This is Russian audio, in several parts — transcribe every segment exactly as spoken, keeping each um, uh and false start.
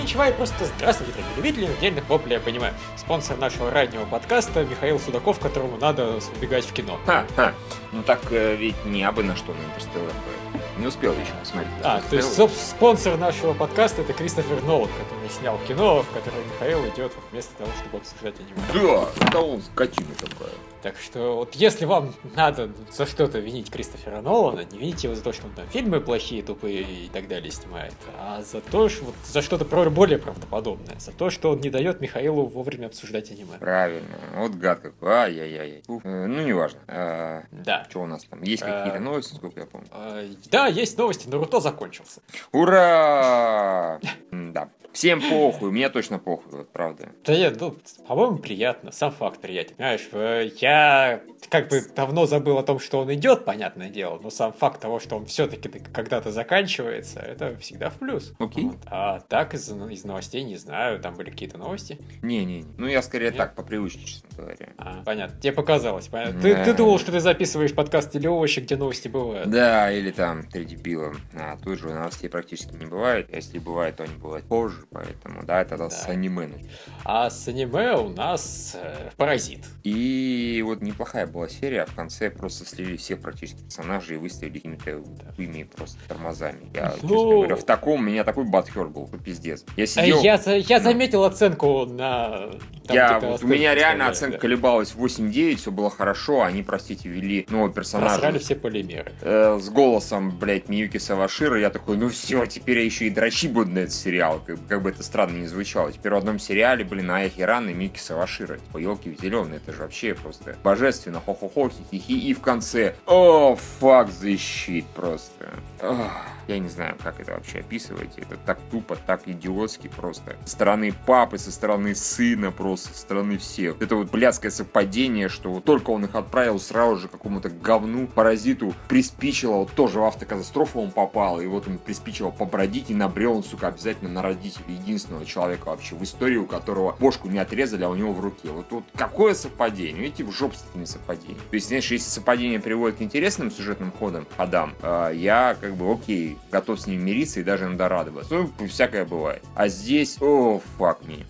ничего, и просто здравствуйте, дорогие любители недельных воплей, я понимаю. Спонсор нашего раннего подкаста Михаил Судаков, которому надо убегать в кино. Ха-ха, ну так э, ведь не абы на что на Интерстеллар. Не успел еще посмотреть. А, то есть спонсор нашего подкаста — это Кристофер Нолан, который снял кино, в которое Михаил идет вместо того, чтобы обсуждать аниме. Да, да он скотина такая. Так что вот если вам надо за что-то винить Кристофера Нолана, не вините его за то, что он там фильмы плохие, тупые и так далее снимает, а за то, что вот, за что-то более правдоподобное, за то, что он не дает Михаилу вовремя обсуждать аниме. Правильно, вот гад какой, ай-яй-яй. Э, ну, неважно. А, да. Что у нас там? Есть какие-то а, новости, сколько я помню? А, да, есть новости, Наруто закончился. Ура! Да. Всем похуй, мне точно похуй, вот правда. Да нет, ну, по-моему, приятно, сам факт приятен, понимаешь, я как бы давно забыл о том, что он идет, понятное дело, но сам факт того, что он все-таки когда-то заканчивается, это всегда в плюс. Окей. Вот. А так из, из новостей не знаю, там были какие-то новости? Не-не-не, ну я скорее нет? так, по привычке, честно говоря. А, понятно, тебе показалось, понятно. Ты, ты думал, что ты записываешь подкаст или овощи, где новости бывают? Да, или там три дебила, а тут же новостей практически не бывает, если бывает, то они бывают позже. Поэтому, да, это да. с аниме. А с аниме у нас э, Паразит. И вот неплохая была серия, а в конце просто слили всех практически персонажей и выставили какими-то тупыми просто тормозами. Я, ну... честно говоря, в таком, у меня такой бадхёрт был, пиздец. Я сидел... Я, я заметил оценку на... Там, я, вот, у меня реально оценка да. колебалась восемь-девять, все было хорошо, они, простите, ввели нового персонажа. Просрали все полимеры. Э, с голосом, блядь, Миюки Савашира, я такой, ну все, теперь я еще и дрочи буду на этот сериал, как, как бы это странно не звучало. Теперь в одном сериале, блин, Ая Хиран и Миюки Савашира. Типа, елки зеленые, это же вообще просто божественно, хо-хо-хо, хи-хи-хи. И в конце, о, фак, защит просто. Ох, я не знаю, как это вообще описывать. Это так тупо, так идиотски просто. Со стороны папы, со стороны сына просто, со стороны всех. Это вот блядское совпадение, что вот только он их отправил сразу же какому-то говну, паразиту приспичило, вот тоже в автокатастрофу он попал, и вот он приспичило побродить, и набрел он, сука, обязательно на родителей единственного человека вообще в истории, у которого бошку не отрезали, а у него в руке. Вот, вот какое совпадение? Видите, в жопу с такими совпадениями. То есть, знаешь, если совпадение приводит к интересным сюжетным ходам, ходам, э, я как бы окей, готов с ними мириться и даже иногда радоваться. Ну, всякое бывает. А здесь, о, фак ми.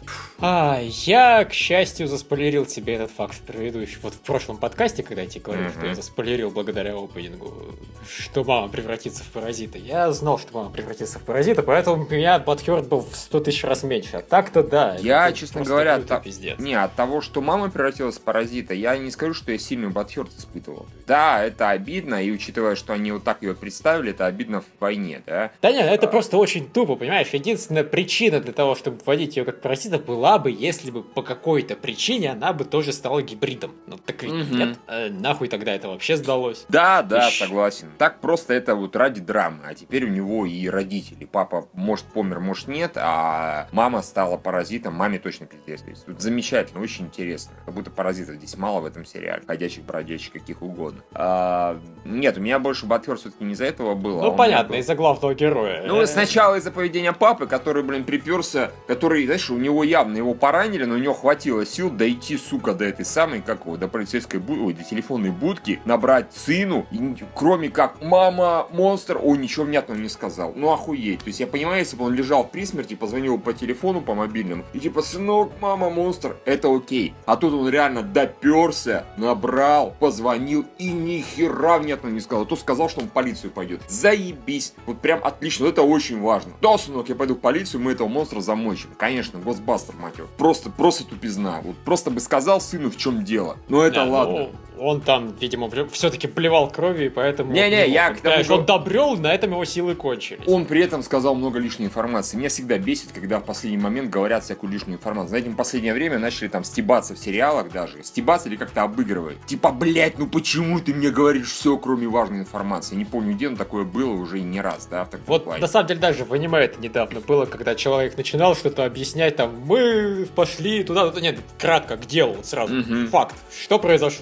А, я, к счастью, заспойлерил тебе этот факт в предыдущем, вот в прошлом подкасте, когда я тебе говорил, uh-huh. что я заспойлерил благодаря опенингу, что мама превратится в паразита. Я знал, что мама превратится в паразита, поэтому у меня бадхёрт был в сто тысяч раз меньше. А так-то да. Я, честно говоря, от, та... не, от того, что мама превратилась в паразита, я не скажу, что я сильный бадхёрт испытывал. Да, это обидно, и учитывая, что они вот так ее представили, это обидно в войне, да? Да нет, это а... просто очень тупо, понимаешь? Единственная причина для того, чтобы вводить ее как паразита, была бы, если бы по какой-то причине она бы тоже стала гибридом. Ну так ведь mm-hmm. нет, э, нахуй тогда это вообще сдалось. Да, да, Ищ... согласен. Так просто это вот ради драмы. А теперь у него и родители. Папа, может, помер, может, нет, а мама стала паразитом. Маме точно пиздец. Тут замечательно, очень интересно. Как будто паразитов здесь мало в этом сериале. Ходячих, бродячих, каких угодно. А, нет, у меня больше бадхёрт все-таки не из-за этого было. Ну, а понятно, был... из-за главного героя. Ну, сначала из-за поведения папы, который, блин, приперся, который, знаешь, у него явно его поранили, но у него хватило сил дойти, сука, до этой самой, как его, до полицейской будки, ой, до телефонной будки, набрать сыну, и кроме как «мама, монстр», ой, ничего внятного не сказал. Ну, охуеть. То есть я понимаю, если бы он лежал при смерти, позвонил по телефону, по мобильному, и типа «сынок, мама, монстр», это окей. А тут он реально доперся, набрал, позвонил и ни хера внятного не сказал. А то сказал, что он в полицию пойдет. Заебись. Вот прям отлично. Вот это очень важно. Да, сынок, я пойду в полицию, мы этого монстра замочим. Конечно, Госбастер, мать его. Просто, просто тупизна. Вот просто бы сказал сыну, в чем дело. Но это да, ладно. Ну, он там, видимо, все-таки плевал кровью, и поэтому... Не-не, ну, я... Потому, что он добрел, на этом его силы кончились. Он при этом сказал много лишней информации. Меня всегда бесит, когда в последний момент говорят всякую лишнюю информацию. Знаете, в последнее время начали там стебаться в сериалах даже. Стебаться или как-то обыгрывать. Типа, блять, ну почему ты мне говоришь все, кроме важной информации? Я не помню, где, но такое было уже и не раз, да, в таком Вот, плане. На самом деле, даже в аниме это недавно было, когда человек начинал что-то объяснять, там, мы пошли туда, нет, кратко, к делу, вот сразу, угу. Факт, что произошло? А,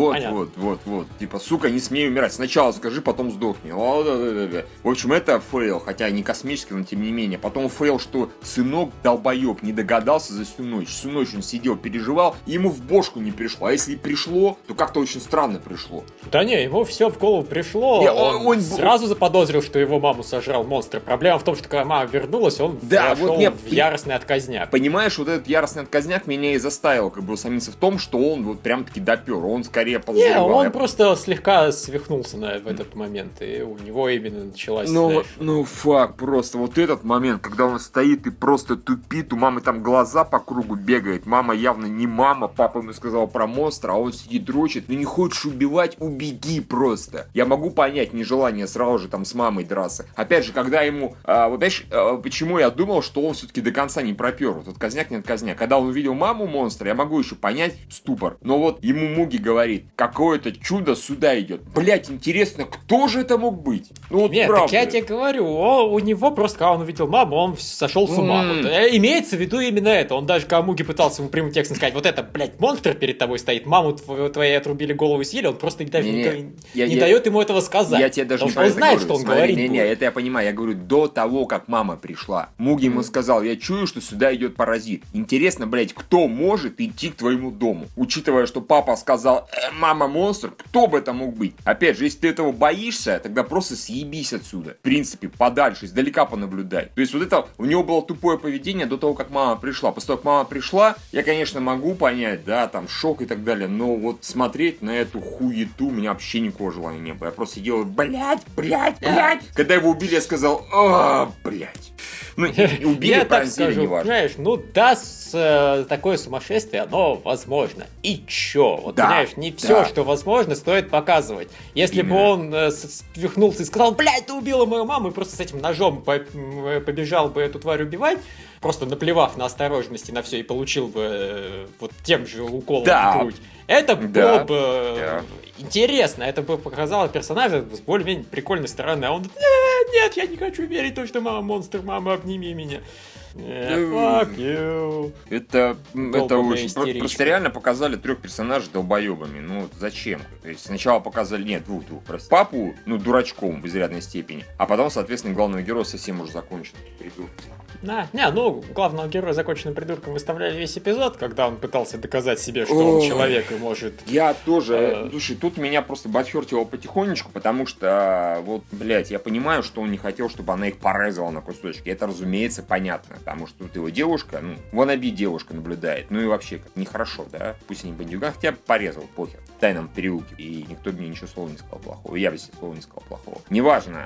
Вот, понятно. вот, вот, вот. Типа, сука, не смей умирать. Сначала скажи, потом сдохни. О, да, да, да, да. В общем, это фейл, хотя не космический, но тем не менее. Потом фейл, что сынок долбоеб не догадался за всю ночь. Всю ночь он сидел, переживал, и ему в бошку не пришло. А если и пришло, то как-то очень странно пришло. Да не, ему все в голову пришло. Не, он, он- сразу заподозрил, что его маму сожрал монстр. Проблема в том, что когда мама вернулась, он Да, вошел вот не- в яростный отказняк. Понимаешь, вот этот яростный отказняк меня и заставил как бы усомниться в том, что он вот прям-таки допер. Он скорее Не, подозревал. он Я- просто слегка свихнулся на, в этот момент, и у него именно началась, Ну, знаешь, ну, фак, просто вот этот момент, когда он стоит и просто тупит, у мамы там глаза по кругу бегает, мама явно не мама, папа ему сказал про монстра, а он сидит дрочит, ну не хочешь убивать, убеги просто. Я могу понять нежелание сразу же там с мамой драться. Опять же, когда ему, а, вот знаешь, а, почему я думал, что он все-таки до конца не пропер, вот отказняк не отказняк. Когда он увидел маму монстра, я могу еще понять ступор, но вот ему Муги говорит, какое-то чудо сюда идет. Блять, интересно, кто же это мог быть? Ну вот Нет, правда. так я тебе говорю, о, у него просто, когда он увидел маму, он сошел с ума. М. Вот, э, имеется в виду именно это. Он даже, когда Муги пытался ему прямым текстом сказать, вот это, блядь, монстр перед тобой стоит, маму тв- твоей отрубили голову и съели, он просто даже Не-не, не, я- не я- дает ему этого сказать. Я тебе даже Потому не что про он это знает, говорю. что он Смотри, говорить не, не, будет. это я понимаю. Я говорю, до того, как мама пришла. Муги ему Мгм. сказал, я чую, что сюда идет паразит. Интересно, блядь, кто может идти к твоему дому? Учитывая, что папа сказал, э, мама монстр, кто бы это мог быть? Опять же, если ты этого боишься, тогда просто съебись отсюда. В принципе, подальше, издалека понаблюдай. То есть вот это, у него было тупое поведение до того, как мама пришла. После того, как мама пришла, я, конечно, могу понять, да, там, шок и так далее, но вот смотреть на эту хуету у меня вообще никакого желания не было. Я просто сидел, блядь, блядь, блядь. Когда его убили, я сказал, а, блядь. Ну, и убили, Я так поразили, скажу, неважно. понимаешь, ну да, с, э, такое сумасшествие, оно возможно. И чё? Вот, Да, понимаешь, не все, да. что возможно, стоит показывать. Если бы Именно. он э, с- свихнулся и сказал, блядь, ты убила мою маму, и просто с этим ножом по- м, э, побежал бы эту тварь убивать, просто наплевав на осторожность и на все, и получил бы э, вот тем же уколом Да. в грудь, это было Да. бы э, Да. интересно, это бы показало персонажа с более-менее прикольной стороны, а он «Э, нет, я не хочу верить в то, что мама монстр, мама, обними меня. Э, fuck you. Это, м, это Долбаная очень... про- истеричка. Просто реально показали трех персонажей долбоебами. Ну вот зачем? То есть сначала показали, нет, двух, двух, прости. Папу, ну, дурачком в изрядной степени. А потом, соответственно, главного героя совсем уже закончен. Придурок. На, не, ну, главного героя законченным придурком выставляли весь эпизод, когда он пытался доказать себе, что он Ой. человек и может... Я тоже, Э. слушай, тут меня просто бадхертило потихонечку, потому что, вот, блядь, я понимаю, что он не хотел, чтобы она их порезала на кусочки. Это, разумеется, понятно, потому что тут его девушка, ну, wannabe девушка наблюдает, ну и вообще, как нехорошо, да, пусть они бандюга, хотя бы порезал, похер, в тайном переулке, и никто мне ничего слова не сказал плохого, я бы себе слова не сказал плохого. Неважно,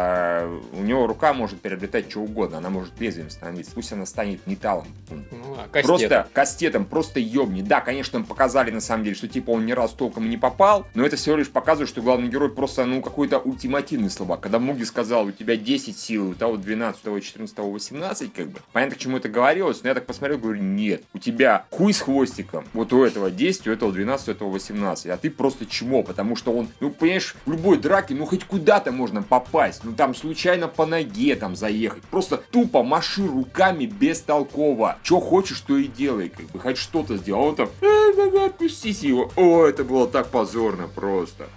а, у него рука может приобретать что угодно, она может лезвием становиться, пусть она станет металлом. Ну, а кастет. Просто кастетом, просто ёбни. Да, конечно, показали на самом деле, что типа он ни раз толком не попал, но это всего лишь показывает, что главный герой просто, ну, какой-то ультимативный слабак. Когда Муги сказал, у тебя десять сил, у того двенадцать, у того четырнадцать, у того восемнадцать, как бы. Понятно, к чему это говорилось, но я так посмотрел, говорю, нет, у тебя хуй с хвостиком. Вот у этого десять, у этого двенадцать, у этого восемнадцать. А ты просто чмо, потому что он, ну, понимаешь, в любой драке, ну, хоть куда-то можно попасть. Ну, там, случайно по ноге там заехать. Просто тупо маши руками бестолково. Что хочешь, то и делай, как бы, хоть что-то сделай. А он там, э, да, да, отпустите его. О, это было так позорно просто.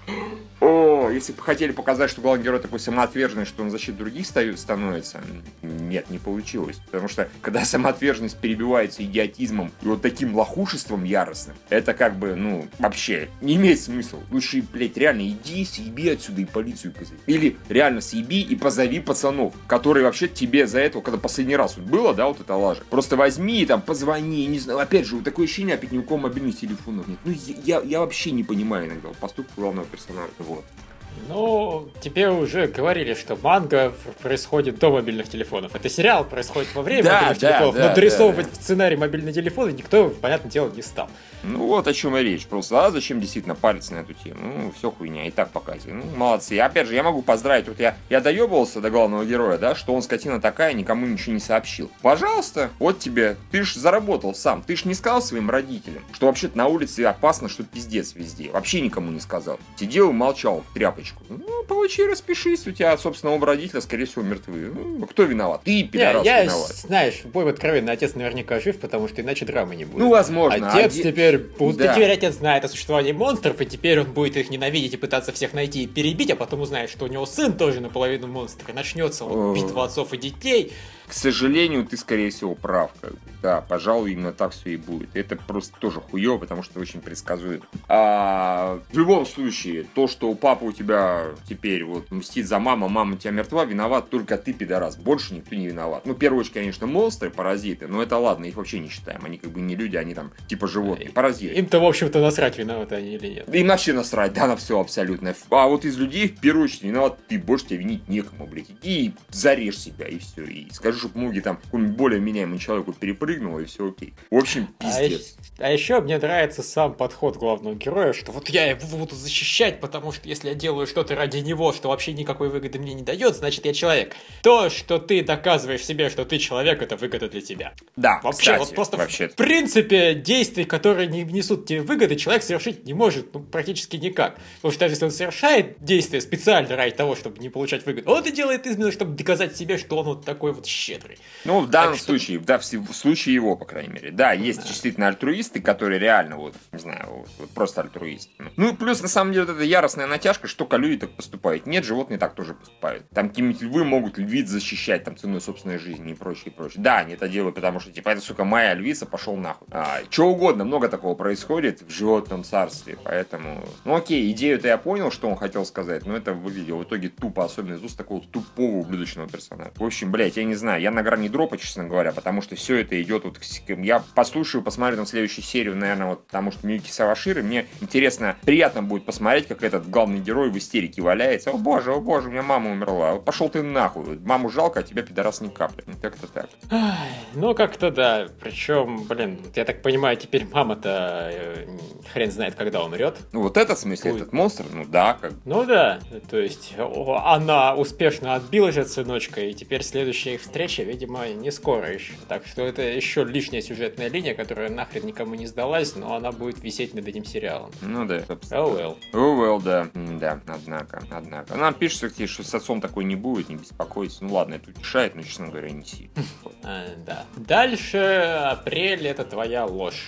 О, если бы хотели показать, что главный герой такой самоотверженный, что он за защиту других ста- становится, нет, не получилось. Потому что, когда самоотверженность перебивается идиотизмом и вот таким лохушеством яростным, это как бы, ну, вообще не имеет смысла. Лучше, блядь, реально иди, съеби отсюда и полицию позови. Или реально съеби и позови пацанов, которые вообще тебе за этого, когда последний раз вот было, да, вот это лажа, просто возьми и там позвони, не знаю, опять же, вот такое ощущение, опять ни у кого мобильных телефонов нет. Ну, я, я вообще не понимаю иногда поступок главного персонажа. Вот. Ну, тебе уже говорили, что манга происходит до мобильных телефонов. Это сериал происходит во время Да, мобильных да, телефонов, да, но дорисовывать да, да. в сценарий мобильные телефоны никто, понятное дело, не стал. Ну вот о чем и речь. Просто, а зачем действительно париться на эту тему? Ну, все хуйня, и так показываю. Ну, молодцы. И опять же, я могу поздравить, вот я, я доебывался до главного героя, да, что он скотина такая, никому ничего не сообщил. Пожалуйста, вот тебе, ты ж заработал сам, ты ж не сказал своим родителям, что вообще-то на улице опасно, что пиздец везде. Вообще никому не сказал. Сидел и молчал в тряпочку. тряпочку. Ну, получи, распишись, у тебя, собственно, оба родителя, скорее всего, мертвы. Ну, кто виноват? Ты, пидорас, я, виноват. Я, знаешь, бой откровенно, отец наверняка жив, потому что иначе драмы не будет. Ну, возможно. Отец а теперь, да. теперь отец знает о существовании монстров, и теперь он будет их ненавидеть и пытаться всех найти и перебить, а потом узнает, что у него сын тоже наполовину монстр, и начнется вот битва отцов и детей. К сожалению, ты, скорее всего, прав. Как бы. Да, пожалуй, именно так все и будет. Это просто тоже хуево, потому что очень предсказуемо. А, в любом случае, то, что у папы у тебя теперь вот мстит за маму, мама у тебя мертва, виноват только ты, пидорас. Больше никто не виноват. Ну, в первую очередь, конечно, монстры, паразиты, но это ладно, их вообще не считаем. Они как бы не люди, они там типа животные, паразиты. Им-то, в общем-то, насрать, виноваты они или нет. Им вообще насрать, да, на все абсолютно. А вот из людей, в первую очередь, виноват ты, больше тебя винить некому, блядь. Иди и зарежь себя, и все. И скажи, чтобы Муги там какому-нибудь более меняемому человеку перепрыгнул, и все окей. В общем, пиздец. А, а еще мне нравится сам подход главного героя, что вот я его буду защищать, потому что если я делаю что-то ради него, что вообще никакой выгоды мне не дает, значит я человек. То, что ты доказываешь себе, что ты человек, это выгода для тебя. Да, вообще, кстати, вот просто вообще. В принципе, действий, которые не внесут тебе выгоды, человек совершить не может, ну, практически никак. Потому что даже если он совершает действия специально ради того, чтобы не получать выгоду, он это делает именно, чтобы доказать себе, что он вот такой вот щедрый. Ну, в данном так случае, что... да, в, в случае его, по крайней мере. Да, есть да. действительно альтруисты, которые реально, вот, не знаю, вот, вот просто альтруисты. Ну, и плюс, на самом деле, вот эта яростная натяжка, что только люди так поступают. Нет, животные так тоже поступают. Там какие-нибудь львы могут львиц защищать, там, ценой собственной жизни и прочее, и прочее. Да, они это делают, потому что, типа, это, сука, моя львица, пошел нахуй. А, что угодно, много такого происходит в животном царстве, поэтому... Ну, окей, идею-то я понял, что он хотел сказать, но это выглядело в итоге тупо, особенно из уст такого тупого ублюдочного персонажа. В общем, блядь, я не знаю, я на грани дропа, честно говоря, потому что все это идет вот... Я послушаю, посмотрю там следующую серию, наверное, вот потому что Миюки Саваширы, мне интересно, приятно будет посмотреть, как этот главный герой в истерике валяется. О боже, о боже, у меня мама умерла. Пошел ты нахуй. Маму жалко, а тебя, пидорас, ни капли. Как-то так. Ай, ну, как-то да. Причем, блин, я так понимаю, теперь мама-то э, хрен знает, когда умрет. Ну, вот этот, в смысле, Ой. этот монстр, ну да. Как... Ну да, то есть она успешно отбилась от сыночка, и теперь следующая их встреча, видимо, не скоро еще. Так что это еще лишняя сюжетная линия, которая нахрен никому не сдалась, но она будет висеть над этим сериалом. Ну да. Oh well. Oh well, да. Да, однако, однако. Нам пишут, что с отцом такой не будет, не беспокойтесь. Ну ладно, это утешает, но, честно говоря, не сильно. а, да. Дальше апрель — это твоя ложь.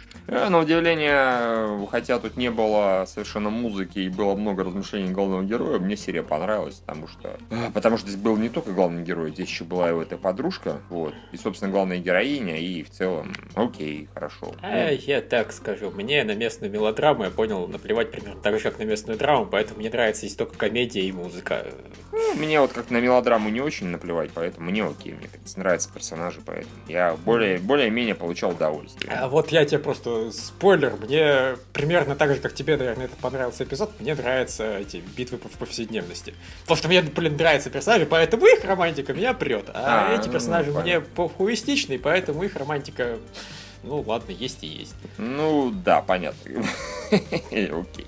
На удивление, хотя тут не было совершенно музыки и было много размышлений главного героя, мне серия понравилась, потому что потому что здесь был не только главный герой, здесь еще была его эта подружка, вот, и, собственно, главная героиня, и в целом, окей, хорошо. А, я так скажу, мне на местную мелодраму, я понял, наплевать примерно так же, как на местную драму, поэтому мне нравится здесь только комедия и музыка. Ну, мне вот как на мелодраму не очень наплевать, поэтому мне окей, мне нравятся персонажи, поэтому я более, более-менее получал удовольствие. А вот я тебе просто спойлер, мне примерно так же, как тебе, наверное, это понравился эпизод, мне нравятся эти битвы в повседневности. Потому что мне, блин, нравятся персонажи, поэтому их романтика меня прет. А, а эти персонажи ну, мне похуистичные, поэтому их романтика, ну ладно, есть и есть. Ну да, понятно. Окей.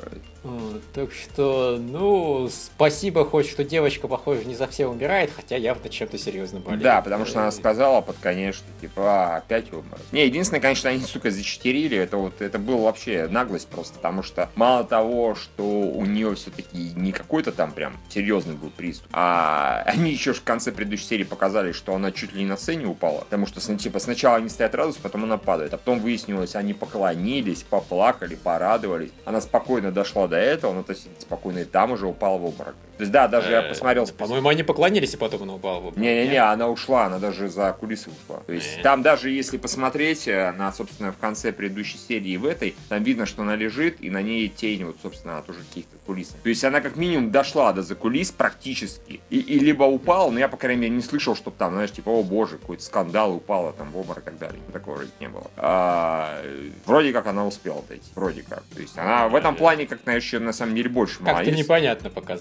Так что, ну, спасибо хоть, что девочка, похоже, не совсем умирает, хотя явно чем-то серьезно болеет. Да, потому что она сказала под конец, что типа, а, опять умер. Не, единственное, конечно, они, сука, зачетерили, это вот, это было вообще наглость просто, потому что мало того, что у нее все-таки не какой-то там прям серьезный был приступ, а они еще в конце предыдущей серии показали, что она чуть ли не на сцене упала, потому что, типа, сначала они стоят радостно, потом она падает, а потом выяснилось, они поклонились, поплакали, порадовались, она спокойно дошла до этого, но то есть спокойно и там уже упала в обморок. То есть да, даже я посмотрел... По-моему, они поклонились, и потом она упала в обморок. Не-не-не, она ушла, она даже за кулисы ушла. То есть там даже если посмотреть на, собственно, в конце предыдущей серии и в этой, там видно, что она лежит, и на ней тень, вот, собственно, от уже каких-то кулис. То есть она как минимум дошла до за кулис практически. И, и либо упала, но я, по крайней мере, не слышал, чтобы там, знаешь, типа, о боже, какой-то скандал, упала там в обморок и так далее. Такого вроде не было. А, вроде как она успела дойти. Вроде как. То есть она в этом плане, как, знаешь, еще на самом деле больше молодец. Как-то непонятно показали. Ну,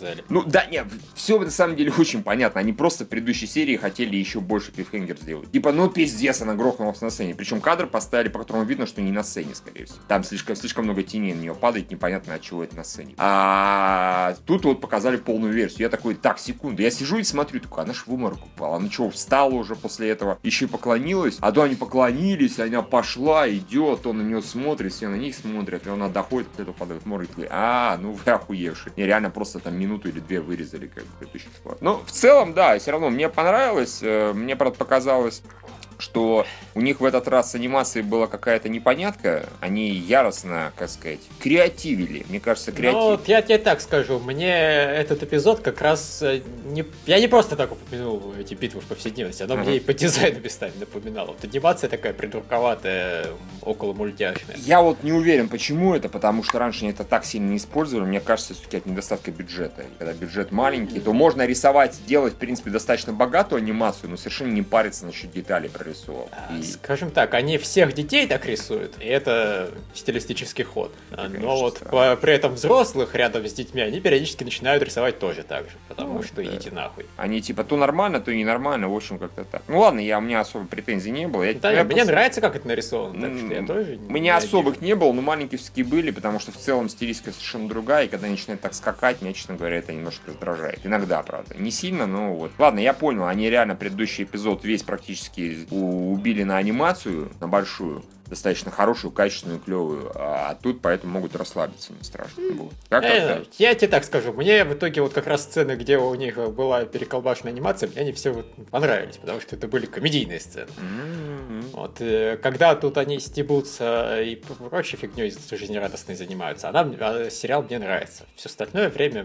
да, нет, все на самом деле очень понятно. Они просто в предыдущей серии хотели еще больше клиффхенгер сделать. Типа, ну пиздец, она грохнулась на сцене. Причем кадр поставили, по которому видно, что не на сцене, скорее всего. Там слишком, слишком много теней на нее падает, непонятно, от чего это на сцене. А тут вот показали полную версию. Я такой, так, секунду. Я сижу и смотрю, такой, она ж в обморок упала. Она что, встала уже после этого? Еще и поклонилась. А то они поклонились, она пошла, идет, он на нее смотрит, все на них смотрят, и она доходит, вот это падает в морг. А, ну вы охуевшие. Мне реально просто там минуту или две вырезали, как бы, предыдущий склад. Ну, в целом, да, все равно мне понравилось. Мне, правда, показалось, что у них в этот раз с анимацией была какая-то непонятка. Они яростно, как сказать, креативили. Мне кажется, креатив... Ну, вот я тебе так скажу. Мне этот эпизод как раз... Не... Я не просто так упомянул эти битвы в повседневности. Оно uh-huh. мне и по дизайну местами напоминало. Вот анимация такая придурковатая, около мультяшная. Я вот не уверен, почему это, потому что раньше они это так сильно не использовали. Мне кажется, все-таки от недостатка бюджета. Когда бюджет маленький, mm-hmm. то можно рисовать, делать, в принципе, достаточно богатую анимацию, но совершенно не париться насчет деталей прорисовал. А, и... Скажем так, они всех детей так рисуют, и это стилистический ход. Это, но вот по, при этом взрослых рядом с детьми они периодически начинают рисовать тоже так же, потому ну, что да. идите нахуй. Они типа то нормально, то и ненормально, в общем, как-то так. Ну ладно, я, у меня особо претензий не было. Я, да, я мне просто... нравится, как это нарисовано, так что я тоже... У меня особых не было, но маленькие все-таки были, потому что в целом стилистика совершенно другая, и когда они начинают так скакать, меня, честно говоря, это немножко раздражает. Иногда, правда. Не сильно, но вот. Ладно, я понял, они реально предыдущий эпизод весь практически убили на анимацию, на большую. Достаточно хорошую, качественную, клевую, а тут поэтому могут расслабиться, не страшно будет. Как э, я тебе так скажу, мне в итоге вот как раз сцены, где у них была переколбашенная анимация, мне они все вот понравились, потому что это были комедийные сцены. Mm-hmm. Вот, э, когда тут они стебутся и прочей фигней жизнерадостной занимаются, она, а сериал мне нравится. Все остальное время...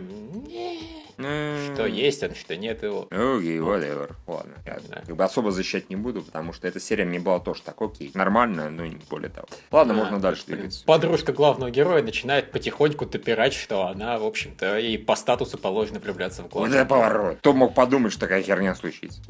Mm. Что есть он, что нет его. Окей, okay, whatever. Ладно. Я да. как бы особо защищать не буду, потому что эта серия мне была тоже так, окей, нормально, но не более того. Ладно, а, можно дальше двигаться. Подружка главного героя начинает потихоньку допирать, что она, в общем-то, ей по статусу положено влюбляться в главного. Вот это поворот. Кто мог подумать, что такая херня случится?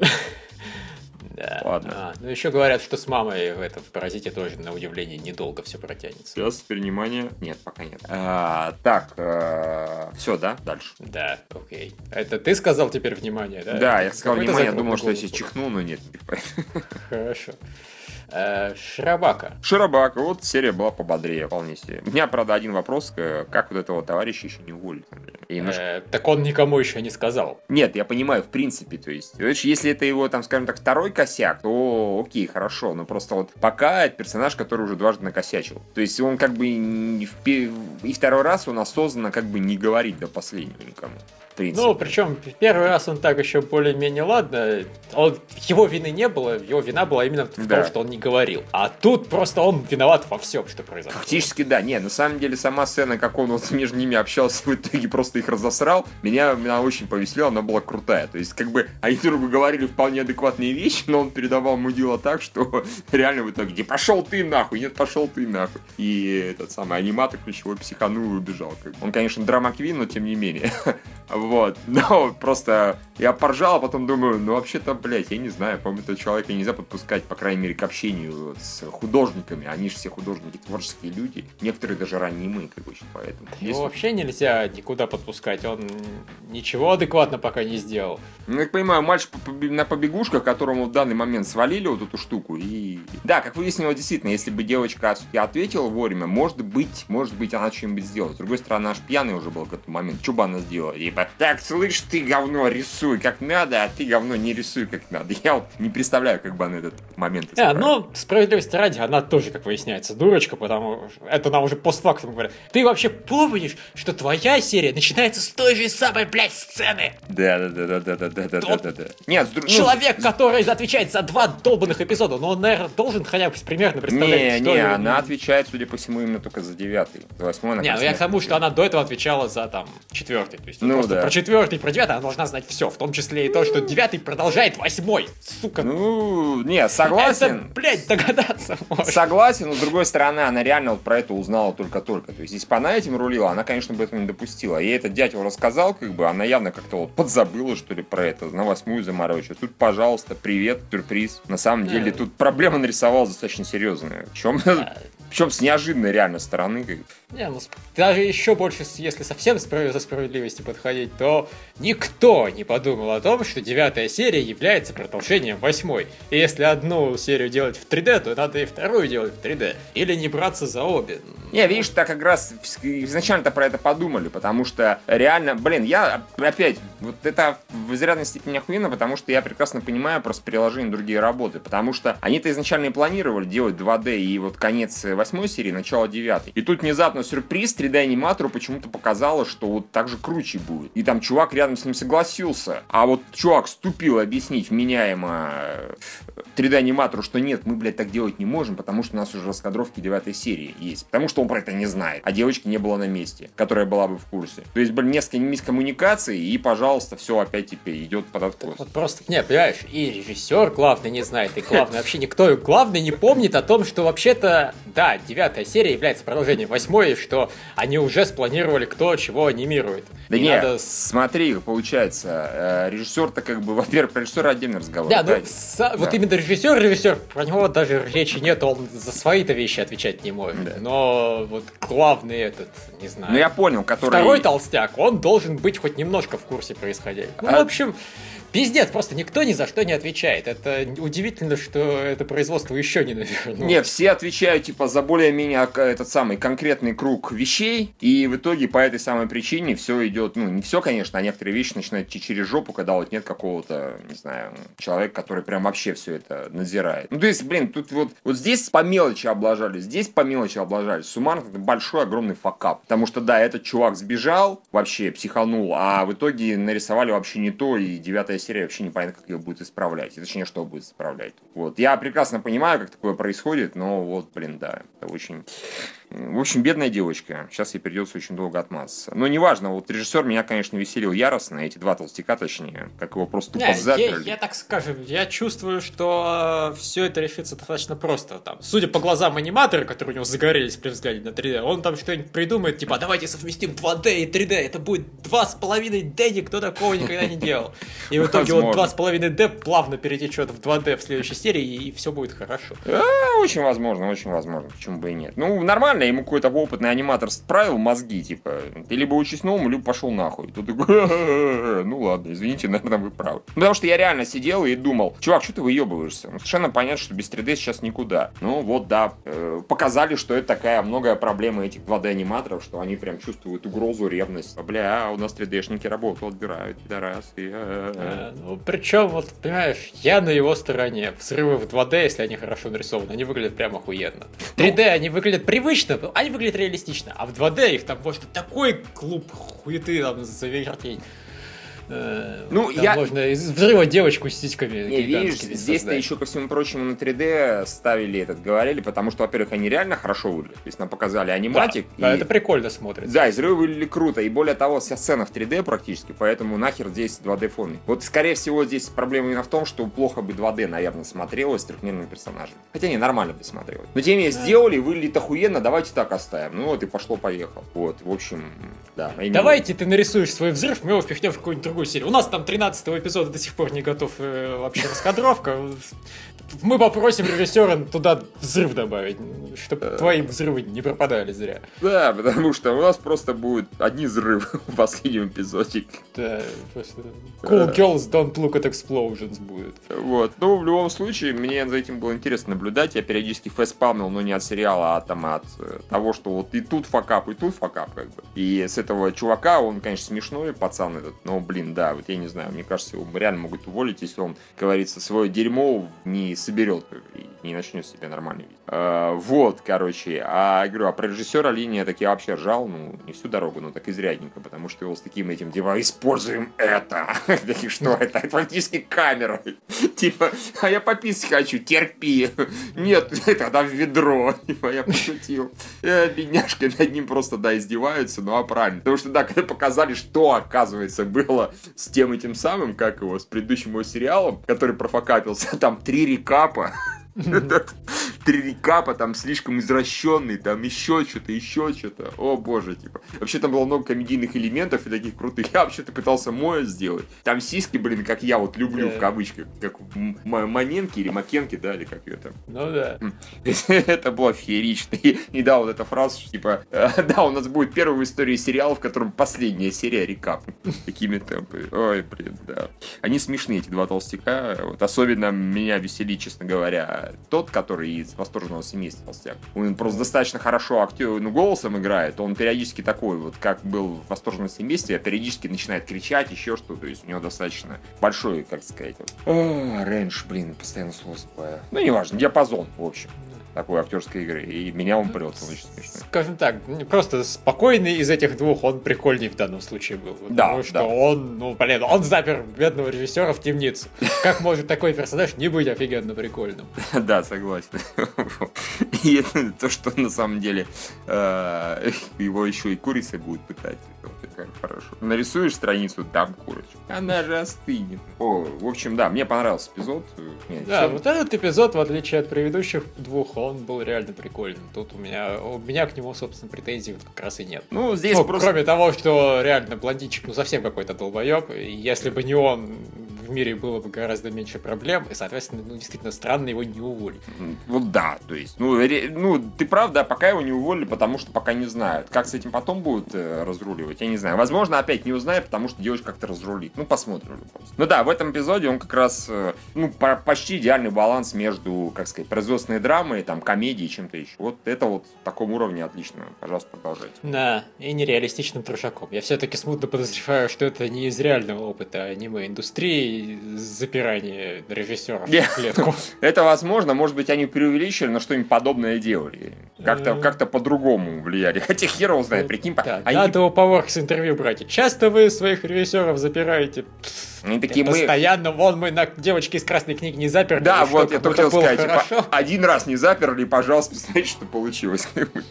Да. Ладно. А, ну еще говорят, что с мамой в этом в «Паразите» тоже, на удивление, недолго все протянется. Сейчас, теперь внимание. Нет, пока нет. А, так, а, все, да? Дальше. Да, окей. Это ты сказал теперь внимание, да? Да, я сказал внимание, я думал, что я сейчас чихнул, но нет. Хорошо. Широбака. Широбака, вот серия была пободрее, вполне себе. У меня, правда, один вопрос, как вот этого товарища еще не уволить? Немножко... Э, так он никому еще не сказал. Нет, я понимаю, в принципе, то есть, если это его, там, скажем так, второй косяк, то окей, хорошо, но просто вот пока это персонаж, который уже дважды накосячил. То есть он как бы и, в... и второй раз он осознанно как бы не говорит до последнего никому. Ну, причем первый раз он так еще более-менее ладно. Он, его вины не было, его вина была именно в да. том, что он не говорил. А тут просто он виноват во всем, что произошло. Фактически, да. Не, на самом деле сама сцена, как он вот между ними общался, в итоге просто их разосрал, меня, меня очень повеселила, она была крутая. То есть, как бы, они друг другу говорили вполне адекватные вещи, но он передавал мудила так, что реально в итоге, где пошел ты нахуй, нет, пошел ты нахуй. И этот самый аниматор ключевой психанул и убежал. Как бы. Он, конечно, драма-квин, но тем не менее. Вот, но просто я поржал, а потом думаю, ну вообще-то, блядь, я не знаю, по-моему, этого человека нельзя подпускать, по крайней мере, к общению с художниками, они же все художники, творческие люди, некоторые даже ранимые, как бы, поэтому. Его Если... вообще нельзя никуда подпускать, он ничего адекватно пока не сделал. Ну, я понимаю, мальчик на побегушках, которому в данный момент свалили вот эту штуку, и... Да, как выяснилось, действительно, если бы девочка ответила вовремя, может быть, может быть, она что-нибудь сделала. С другой стороны, она аж пьяная уже была к этому моменту, что бы она сделала? Типа, так, слышь, ты говно рисуй как надо, а ты говно не рисуй как надо. Я вот не представляю, как бы она этот момент исправила. А, ну, справедливости ради, она тоже, как выясняется, дурочка, потому что это нам уже постфактум говорят. Ты вообще помнишь, что твоя серия начинается с той же самой, блядь, сцены? Да-да-да-да-да-да-да-да-да. Нет, с... Человек, ну... который отвечает за два долбанных эпизода, но он, наверное, должен хотя бы примерно представлять, не, что... Не, не, она отвечает, судя по всему, именно только за девятый. За восьмой она... Не, ну я к тому, что она до этого отвечала за, там, четвертый. То есть, ну, просто да. Про четвертый, про девятый она должна знать все, в том числе и то, что девятый продолжает восьмой, сука. Ну, не, согласен. Это, блядь, догадаться можно. Согласен, но с другой стороны, она реально вот про это узнала только-только. То есть, если бы она этим рулила, она, конечно, бы этого не допустила. Ей этот дядя рассказал, как бы, она явно как-то вот подзабыла, что ли, про это, на восьмую заморочилась. Тут, пожалуйста, привет, сюрприз. На самом деле, тут проблема нарисовалась достаточно серьезная. В чем... Причем с неожиданной реально стороны. Не, ну даже еще больше, если совсем за справедливости подходить, то никто не подумал о том, что девятая серия является продолжением восьмой. И если одну серию делать в три дэ, то надо и вторую делать в три дэ. Или не браться за обе. Не, видишь, так как раз изначально-то про это подумали, потому что реально, блин, я опять, вот это в изрядной степени охуенно, потому что я прекрасно понимаю просто приложение другие работы, потому что они-то изначально и планировали делать два дэ и вот конец восьмой серии, начало девятой. И тут внезапно сюрприз, три дэ-аниматору почему-то показало, что вот так же круче будет. И там чувак рядом с ним согласился. А вот чувак вступил объяснить вменяемо три дэ-аниматору, что нет, мы, блядь, так делать не можем, потому что у нас уже раскадровки девятой серии есть. Потому что он про это не знает. А девочки не было на месте, которая была бы в курсе. То есть, блин, несколько мискоммуникаций, и, пожалуйста, все опять теперь идет под откос. Вот просто, не, понимаешь, и режиссер главный не знает, и главный вообще никто, главный не помнит о том, что вообще-то, да, девятая серия является продолжением восьмой, что они уже спланировали, кто чего анимирует. Да и нет, надо... смотри, получается, режиссер-то как бы, во-первых, про режиссера отдельный разговор. Да, ну, с... да. Вот именно режиссер, режиссер, про него даже речи нет, он за свои-то вещи отвечать не может. Да. Но вот главный этот, не знаю. Ну, я понял, который... Второй толстяк, он должен быть хоть немножко в курсе происходящего. Ну, а... в общем... Пиздец, просто никто ни за что не отвечает. Это удивительно, что это производство еще не навернуло. Нет, все отвечают, типа, за более-менее этот самый конкретный круг вещей, и в итоге по этой самой причине все идет, ну, не все, конечно, а некоторые вещи начинают идти через жопу, когда вот нет какого-то, не знаю, человека, который прям вообще все это надзирает. Ну, то есть, блин, тут вот, вот здесь по мелочи облажали, здесь по мелочи облажали. Суммарно это большой, огромный факап. Потому что, да, этот чувак сбежал, вообще психанул, а в итоге нарисовали вообще не то, и девятая серия вообще непонятно, как ее будет исправлять. И точнее, что будет исправлять. Вот. Я прекрасно понимаю, как такое происходит, но вот, блин, да, это очень... В общем, бедная девочка. Сейчас ей придется очень долго отмазаться. Но неважно, вот режиссер меня, конечно, веселил яростно. Эти два толстяка, точнее, как его просто тупо заперли. Я, я так скажем, я чувствую, что все это решится достаточно просто. Там, судя по глазам аниматора, которые у него загорелись при взгляде на три дэ, он там что-нибудь придумает, типа, давайте совместим два дэ и три дэ. Это будет два с половиной дэ, никто такого никогда не делал. И в итоге вот два с половиной дэ плавно перетечет в два дэ в следующей серии, и все будет хорошо. Очень возможно, очень возможно. Почему бы и нет. Ну, нормально. Ему какой-то опытный аниматор справил мозги, типа, ты либо учись новому, либо пошел нахуй. Тут такой, ну ладно, извините, наверное, вы правы. Потому что я реально сидел и думал, чувак, что ты выебываешься? Ну, совершенно понятно, что без три дэ сейчас никуда. Ну, вот, да, показали, что это такая многое проблема этих два дэ-аниматоров, что они прям чувствуют угрозу, ревность. Бля, у нас три дэ-шники работу отбирают, пидорасы. А, ну, причем, вот, понимаешь, я на его стороне. Взрывы в два дэ, если они хорошо нарисованы, они выглядят прям охуенно. В три дэ они выглядят привычно, они выглядят реалистично, а в два дэ их там может такой клуб хуеты там завертеть. Ну, там я... можно из взрыва девочку с сиськами. Не, видишь, здесь-то еще, ко всему прочему, на три дэ ставили этот, говорили, потому что, во-первых, они реально хорошо выглядят. То есть нам показали аниматик. Да, и... да, это прикольно смотрится. Да, и взрывы выглядели круто. И более того, вся сцена в три дэ практически, поэтому нахер здесь два дэ фон. Вот, скорее всего, здесь проблема именно в том, что плохо бы два дэ, наверное, смотрелось с трехмерными персонажами. Хотя не, нормально бы смотрелось. Но тем не менее, сделали, выглядит охуенно, давайте так оставим. Ну вот и пошло-поехал. Вот, в общем, да. Давайте ты нарисуешь свой взрыв, мы его впихнем в какую-нибудь другую серию. У нас там тринадцатого эпизода до сих пор не готов э, вообще раскадровка. Мы попросим режиссера туда взрыв добавить, чтобы твои взрывы не пропадали зря. Да, потому что у нас просто будет одни взрывы в последнем эпизоде. Да, просто Cool Girls Don't Look at Explosions будет. Вот, ну, в любом случае, мне за этим было интересно наблюдать. Я периодически фейспалмил, но не от сериала, а там от того, что вот и тут факап, и тут факап, как бы. И с этого чувака, он, конечно, смешной пацан этот, но, блин, да, вот я не знаю, мне кажется, его реально могут уволить, если он, как говорится, свое дерьмо не соберет и не начнет себе нормально видеть. А, вот, короче, а, говорю, а про режиссера линия так я вообще ржал, ну, не всю дорогу, но так изрядненько, потому что его с таким этим, типа, используем это. Такие, что это? Это фактически камера. Типа, а я пописать хочу, терпи. Нет, тогда в ведро. Типа, я пошутил. Бедняжка над ним просто, да, издеваются, ну, а правильно. Потому что, да, когда показали, что, оказывается, было с тем этим самым, как его, с предыдущим его сериалом, который профокапился, там три рекапа. три рекапа, там слишком извращенный, там еще что-то, еще что-то. О боже, типа. Вообще там было много комедийных элементов и таких крутых. Я вообще-то пытался Моя сделать. Там сиськи, блин, как я вот люблю, да. в кавычках. Как Маменки или Макенки, да, или как ее там. Ну да. Это было феерично. И, и да, вот эта фраза, что, типа, э, да, у нас будет первый в истории сериал, в котором последняя серия рекап. Такими темпами. Ой, блин, да. Они смешные, эти два толстяка. Вот, особенно меня веселит, честно говоря, тот, который из «Восторженного семейства» толстяк. Он просто достаточно хорошо актер, ну, голосом играет. Он периодически такой, вот как был в «Восторженном семействе», а периодически начинает кричать, еще что-то. То есть у него достаточно большой, как сказать, вот, о, рейндж, блин, постоянно слово забываю. Ну, неважно, диапазон, в общем, такой актерской игры. И меня он прет, он очень смешной. Скажем так, просто спокойный из этих двух, он прикольней в данном случае был. Да, потому что да. он, ну, блин, он запер бедного режиссера в темницу. Как может такой персонаж не быть офигенно прикольным? Да, согласен. И это то, что на самом деле э, его еще и курицей будут пытать. Как хорошо. Нарисуешь страницу, там курочка. Она же остынет. О, в общем, да, мне понравился эпизод. Мне Да, всё- вот этот эпизод, в отличие от предыдущих двух, он был реально прикольным. Тут у меня, у меня к нему, собственно, претензий вот как раз и нет. Ну, здесь Ну, просто... кроме того, что реально блондинчик, ну, совсем какой-то долбоеб. И если бы не он, в мире было бы гораздо меньше проблем. И, соответственно, ну, действительно странно его не уволить. Вот да, то есть, ну, ре- ну, ты прав, да, пока его не уволили, потому что пока не знают. Как с этим потом будут э, разруливать, я не знаю. Возможно, опять не узнаю, потому что девочка как-то разрулит. Ну, посмотрим. Просто. Ну да, в этом эпизоде он как раз, э, ну, по- почти идеальный баланс между, как сказать, производственной драмой, там, комедией и чем-то еще. Вот это вот в таком уровне отлично. Пожалуйста, продолжайте. Да, и нереалистичным трешаком. Я все-таки смутно подозреваю, что это не из реального опыта аниме-индустрии запирания режиссеров Не. в клетку. Это возможно, может быть, они преувеличили, но что-нибудь подобное делали. Как-то, Э. как-то по-другому влияли. Хотя хер его знает, прикинь, по- Да, они, надо у поварх с интервью брать. Часто вы своих режиссеров запираете? они такие, мы... Постоянно, вон мы на девочке из красной книги не заперли. Да, и что, вот, я как только будто хотел было сказать, типа, хорошо. один раз не заперли, пожалуйста, посмотрите, что получилось.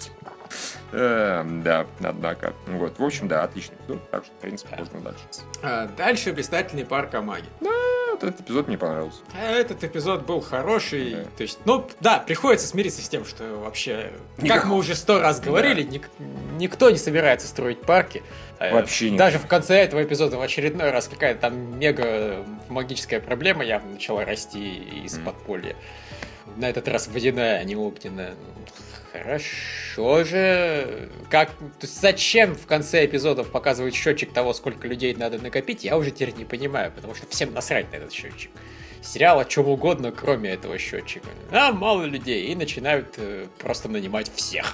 Эм, Да, однако. Вот, в общем, да, отличный эпизод, так что, в принципе, можно дальше. А дальше блистательный парк Амаги. Вот этот эпизод мне понравился. А Этот эпизод был хороший. Да. То есть, ну, да, приходится смириться с тем, что вообще, Никак- как мы уже сто раз говорили, ник- никто не собирается строить парки. Э, Вообще никто. Даже в конце этого эпизода в очередной раз какая-то там мега магическая проблема явно начала расти из Мгм. подполья. На этот раз водяная, а не огненная. Ну, Хорошо же. Как... То есть зачем в конце эпизодов показывать счетчик того, сколько людей надо накопить, я уже теперь не понимаю, потому что всем насрать на этот счетчик. Сериал о чем угодно, кроме этого счетчика. А, мало людей, и начинают э, просто нанимать всех.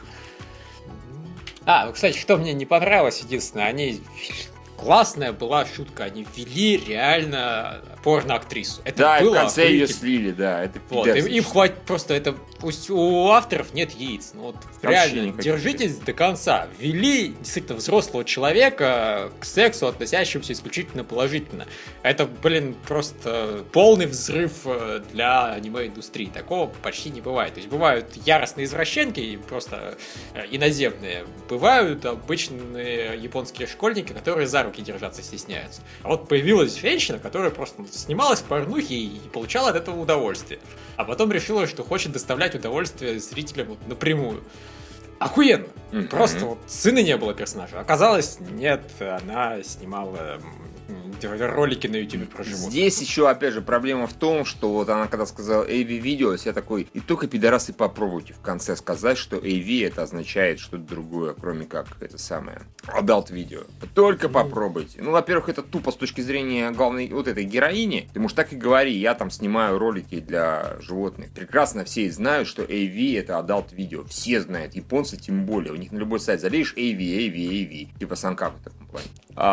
А, ну, кстати, что мне не понравилось, единственное, они... Классная была шутка, они ввели реально порно-актрису. Это Да, и в было конце ее охуительно. слили, да, это Вот, им, пиздец. им хватит просто это. Пусть у авторов нет яиц. Ну, вот Вообще реально, никаких держитесь до конца. Ввели действительно взрослого человека к сексу, относящемуся исключительно положительно. Это, блин, просто полный взрыв э, для аниме-индустрии. Такого почти не бывает. То есть бывают яростные извращенки, и просто э, иноземные. Бывают обычные японские школьники, которые за руки держаться стесняются. А вот появилась женщина, которая просто снималась в порнухе и получала от этого удовольствие. А потом решила, что хочет доставлять удовольствие зрителям вот напрямую. Охуенно! Мгм. Просто вот сына не было персонажа. Оказалось, нет, она снимала м, ролики на ютубе про животных. Здесь еще, опять же, проблема в том, что вот она когда сказала эй ви-видео, я такой, и только пидорасы попробуйте в конце сказать, что эй ви это означает что-то другое, кроме как это самое adult видео. Только попробуйте. Ну, во-первых, это тупо с точки зрения главной вот этой героини. Ты можешь так и говори, я там снимаю ролики для животных. Прекрасно все знают, что эй ви это adult видео. Все знают, японцы тем более. У них на любой сайт залезешь эй ви, эй ви, эй ви. Типа Санкаку в таком плане.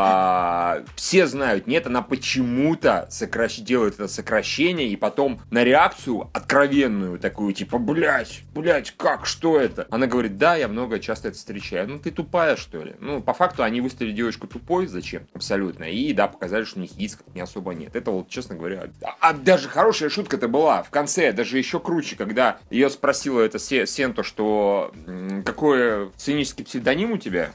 А, все знают, нет, она почему-то сокращ... делает это сокращение, и потом на реакцию откровенную такую, типа, блять, блять, как, что это? Она говорит, да, я много часто это встречаю. Ну, ты тупая, что ли? Ну, по факту, они выставили девочку тупой, зачем? Абсолютно. И, да, показали, что у них яиц не особо нет. Это вот, честно говоря... А, а даже хорошая шутка-то была в конце, даже еще круче, когда ее спросила эта Се- Сенто, что м, какой сценический псевдоним у тебя?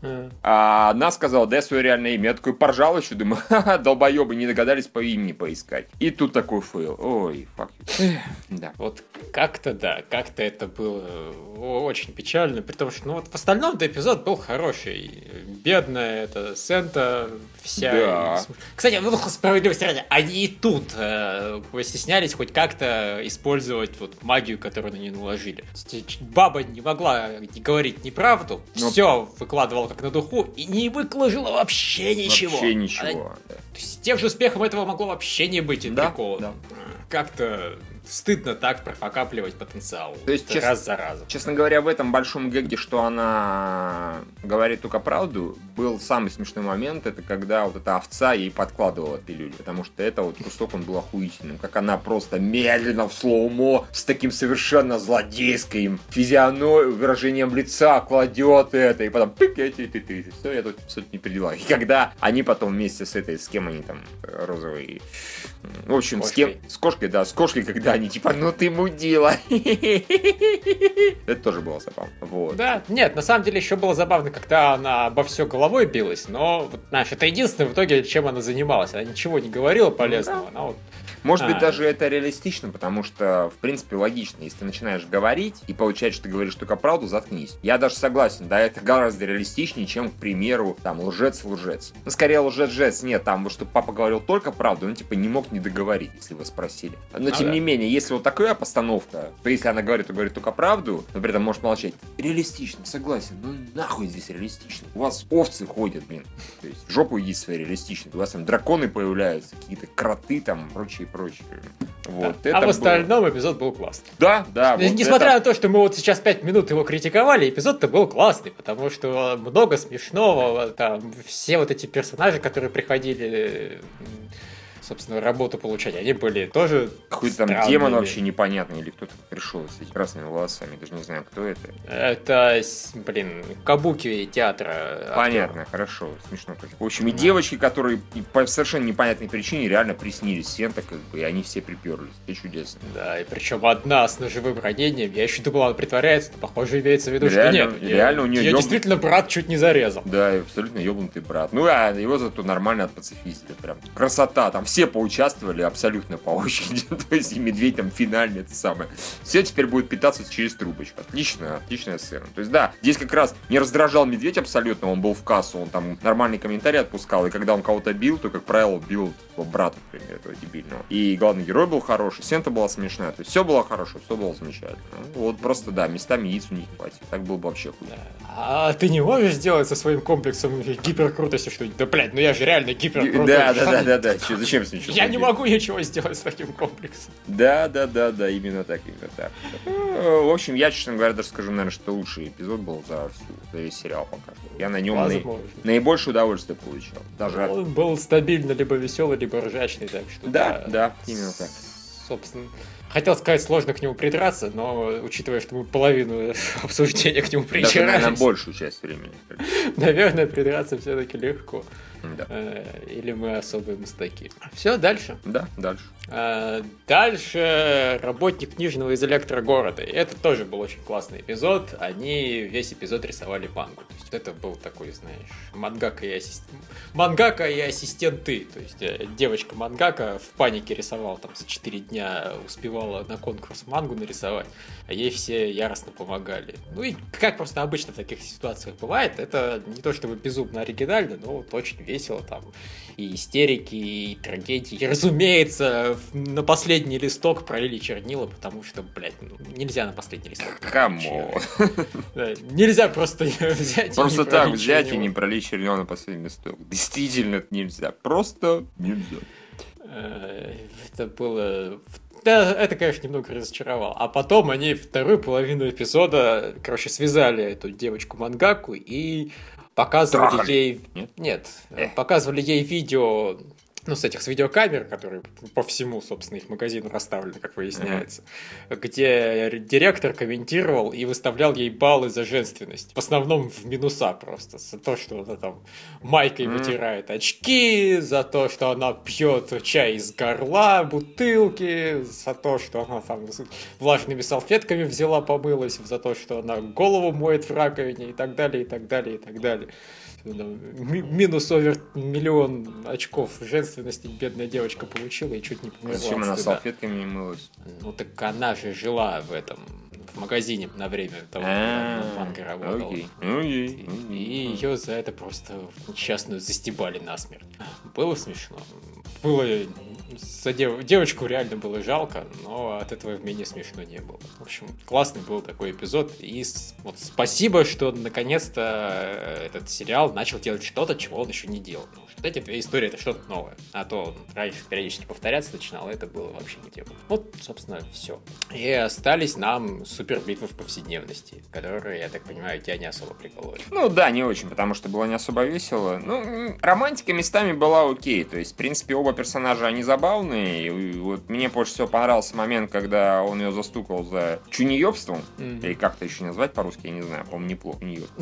А она сказала, да, свое реальное имя. Я такой поржал еще, думаю, ха-ха, долбоебы, не догадались по имени поискать. И тут такой фейл. Ой, фак. Да. Вот Как-то да, как-то это было очень печально, при том, что ну вот в остальном-то эпизод был хороший. Бедная эта Сента вся. Да. Кстати, ну справедливости ради, они и тут э, стеснялись хоть как-то использовать вот магию, которую на нее наложили. Баба не могла говорить неправду, но... все выкладывала как на духу и не выложила вообще ничего. Вообще ничего. Она... То есть с тем же успехом этого могло вообще не быть, да, прикола. Да. Как-то стыдно так профокапливать потенциал. То есть, раз чест... за разом. Честно говоря, в этом большом гэге, что она говорит только правду, был самый смешной момент, это когда вот эта овца ей подкладывала пилюлю. Потому что это вот кусок, он был охуительным. Как она просто медленно в слоумо с таким совершенно злодейским физиономией, выражением лица кладет это, и потом пик, эти, ты, ты, все, я тут все не при делах. И когда они потом вместе с этой, с кем они там, розовые, в общем, кошкой. с кем, с кошкой, да, с кошкой, когда они типа, ну ты мудила. Это тоже было забавно. Вот. Да, нет, на самом деле еще было забавно, когда она обо все головой билась, но, вот, знаешь, это единственное в итоге, чем она занималась. Она ничего не говорила полезного. Она вот... Может быть, а. даже это реалистично, потому что, в принципе, логично. Если ты начинаешь говорить, и получается, что ты говоришь только правду, заткнись. Я даже согласен, да, это гораздо реалистичнее, чем, к примеру, там, лжец-лжец. Ну, скорее, лжец-лжец, нет, там, вот, чтобы папа говорил только правду, он, типа, не мог не договорить, если вы спросили. Но, а тем да. не менее, если вот такая постановка, то если она говорит, то говорит только правду, но при этом может молчать. Реалистично, согласен, ну, нахуй здесь реалистично. У вас овцы ходят, блин. То есть, жопу едить свои реалистично. У вас там драконы появляются, какие-то кроты там, прочее, прочее. Вот, да. это а в остальном было... эпизод был классный. Да, да. Вот несмотря это... на то, что мы вот сейчас пять минут его критиковали, эпизод-то был классный, потому что много смешного, там, все вот эти персонажи, которые приходили, собственно, работу получать, они были тоже какой-то там странными. демон вообще непонятный, или кто-то пришел с этими красными волосами, даже не знаю, кто это. Это, блин, кабуки театра. Понятно, актер. Хорошо, смешно тоже. В общем, и девочки, которые по совершенно непонятной причине реально приснились Сента, как бы, и они все приперлись. Это чудесно. Да, и причем одна с ножевым ранением. Я еще думал, она притворяется, но, похоже, имеется в виду, реально, что нет. Реально у нее ее ёб... действительно брат чуть не зарезал. Да, абсолютно ебнутый брат. Ну, а его зато нормально отпацифистили. Прям красота. Там все поучаствовали абсолютно по очереди. То есть и медведь там финальный, это самое. Все теперь будет питаться через трубочку. Отлично, отличная сцена. То есть да, здесь как раз не раздражал медведь абсолютно, он был в кассу, он там нормальный комментарий отпускал, и когда он кого-то бил, то, как правило, бил его брата, например, этого дебильного. И главный герой был хороший, Сента была смешная, то есть все было хорошо, все было замечательно. Вот просто, да, местами яиц у них не хватит, так было бы вообще хуй. Да. А ты не можешь сделать со своим комплексом гиперкрутости что-нибудь? Да, блядь, ну я же реально гиперкрутой. Да, да, да, да, да, Че, зачем с ничего? Я не могу ничего сделать с таким комплексом. Да, да, да, да, именно так, именно так. В общем, я, честно говоря, даже скажу, наверное, что лучший эпизод был за всю, за весь сериал пока. Я на нем на... наибольшее удовольствие получил. Даже он от... был стабильно либо веселый, либо ржачный, так что... Да, да, да, именно так. Собственно, хотел сказать, сложно к нему придраться, но учитывая, что мы половину обсуждения к нему причирались... Даже, наверное, большую часть времени. Наверное, придраться все-таки легко. Да. Или мы особые мастаки. Все, дальше. Да, дальше. Дальше работник книжного из электрогорода. Это тоже был очень классный эпизод. Они весь эпизод рисовали мангу. То есть это был такой, знаешь, мангака и ассистент. Мангака и ассистенты. То есть девочка мангака в панике рисовала там за четыре дня, успевала на конкурс мангу нарисовать, а ей все яростно помогали. Ну и как просто обычно в таких ситуациях бывает, это не то чтобы безумно оригинально, но вот очень весело там. И истерики, и трагедии. И, разумеется, на последний листок пролили чернила, потому что, блядь, ну, нельзя на последний листок. Камон. Да, нельзя просто взять Просто и не так пролить взять чернила. и не пролить чернила на последний листок. Действительно это нельзя. Просто нельзя. Это было... Да, это, конечно, немного разочаровало. А потом они вторую половину эпизода, короче, связали эту девочку-мангаку и показывали Трахали. ей... Нет? Нет, Эх. показывали ей видео... Ну, с этих с видеокамер, которые по всему, собственно, их магазину расставлены, как выясняется, mm-hmm. где директор комментировал и выставлял ей баллы за женственность. В основном в минуса просто. За то, что она там майкой mm-hmm. вытирает очки, за то, что она пьет чай из горла, бутылки, за то, что она там влажными салфетками взяла, помылась, за то, что она голову моет в раковине и так далее, и так далее, и так далее. Ми- минус овер миллион очков женственности бедная девочка получила и чуть не померла. Зачем она салфетками не мылась? Ну так она же жила в этом, в магазине на время того, когда Манга работала. Окей, окей. И ее за это просто несчастную застебали насмерть. Было смешно. Было... За дев... Девочку реально было жалко, но от этого менее смешно не было. В общем, классный был такой эпизод. И с... вот спасибо, что наконец-то этот сериал начал делать что-то, чего он еще не делал. Потому что эти две истории — это что-то новое. А то он раньше периодически повторяться начинал, это было вообще не тема. Вот, собственно, все. И остались нам супер битвы в повседневности, которые, я так понимаю, тебя не особо прикололи. Ну да, не очень, потому что было не особо весело. Ну, романтика местами была окей. То есть, в принципе, оба персонажа, они забавные. И вот мне больше всего понравился момент, когда он ее застукал за чунеёбством. Mm-hmm. Или как-то еще назвать по-русски, я не знаю, по-моему, неплохо.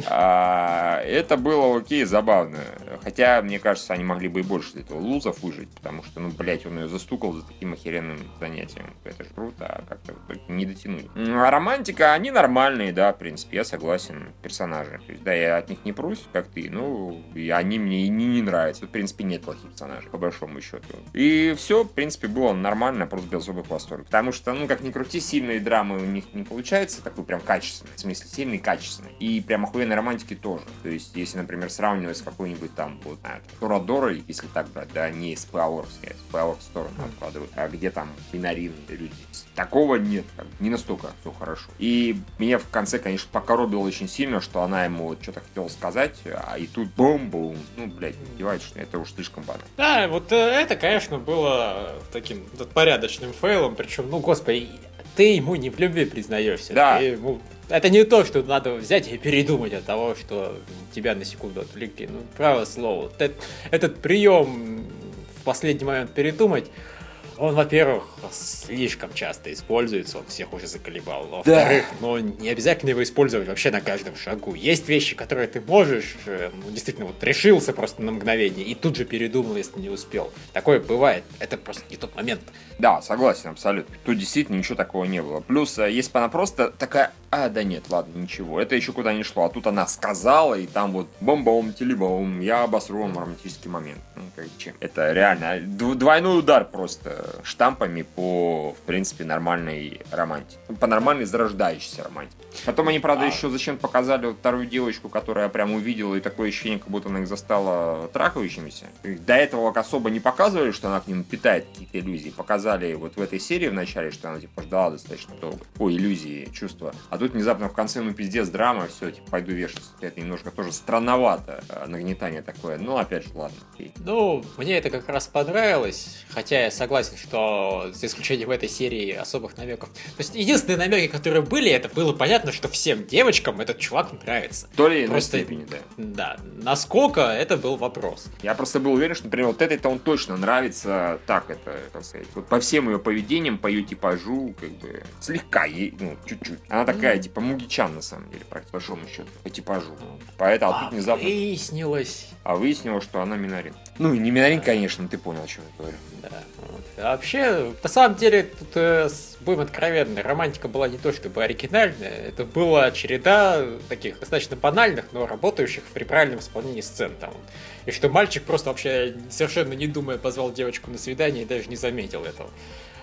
А, это было окей, забавно. Хотя, мне кажется, они могли бы и больше из этого лузов выжить, потому что, ну, блять, он ее застукал за таким охеренным занятием. Это же круто, а как-то не дотянули. А романтика, они нормальные, да, в принципе, я согласен, персонажи. То есть, да, я от них не прусь, как ты, ну, и они мне и не, не нравятся. В принципе, нет плохих персонажей, по большому счету. И все, в принципе, было нормально, просто без особых восторгов. Потому что, ну, как ни крути, сильные драмы у них не получается, такой прям качественный, в смысле, сильный и качественный. И прям охуенной романтики тоже. То есть, если, например, сравнивать с какой-нибудь там, вот, Торадорой, если так брать, да, не с Power, с Power в сторону откладывают, а где там Минарин, люди. Такого нет, как, не настолько все хорошо. И меня в конце, конечно, покоробило очень сильно, что она ему вот что-то хотела сказать, а и тут бум-бум. Ну, блядь, издеваешься, что это уж слишком банально. Да, вот это, конечно, было таким порядочным фейлом, причем, ну, господи, ты ему не в любви признаешься. Да. Ты ему... Это не то, что надо взять и передумать от того, что тебя на секунду отвлекли. Ну, право слово. Вот этот, этот прием в последний момент передумать, он, во-первых, слишком часто используется, он всех уже заколебал. Во-вторых, да. ну, не обязательно его использовать вообще на каждом шагу. Есть вещи, которые ты можешь, ну, действительно, вот решился просто на мгновение и тут же передумал, если не успел. Такое бывает, это просто не тот момент. Да, согласен, абсолютно. Тут действительно ничего такого не было. Плюс, если бы она просто такая, а, да нет, ладно, ничего, это еще куда не шло. А тут она сказала, и там вот бом-бом, телебом, я обосру вам романтический момент. Ну, как чем? Это реально двойной удар просто штампами по, в принципе, нормальной романтике. По нормальной зарождающейся романтике. Потом они, правда, а... еще зачем-то показали вот вторую девочку, которая прям увидела, и такое ощущение, как будто она их застала трахающимися. До этого особо не показывали, что она к ним питает какие-то иллюзии. Показали вот в этой серии в начале, что она, типа, ждала достаточно долго. Ой, иллюзии, чувства. А тут внезапно в конце, ну, пиздец, драма, все, типа, пойду вешаться. Это немножко тоже странновато, нагнетание такое. Ну, опять же, ладно. Окей. Ну, мне это как раз понравилось, хотя я согласен, что за исключением этой серии особых намеков. То есть единственные намеки, которые были, это было понятно, что всем девочкам этот чувак нравится. То ли на просто, степени, да. Да. Насколько, это был вопрос. Я просто был уверен, что, например, вот этой-то он точно нравится. Так это, как сказать, вот по всем ее поведениям, по ее типажу, как бы, слегка ей, ну, чуть-чуть. Она такая, mm. типа, Муги-чан, на самом деле, по большому счету, по типажу. Поэтому а тут внезапно... Выяснилось. А выяснилось, что она Минарин. Ну, не Минарин, конечно, ты понял, о чем я говорю. Да. Вот. А вообще, на самом деле, тут, э, будем откровенны, романтика была не то чтобы оригинальная, это была череда таких достаточно банальных, но работающих при правильном исполнении сцен там. И что мальчик просто вообще совершенно не думая позвал девочку на свидание и даже не заметил этого.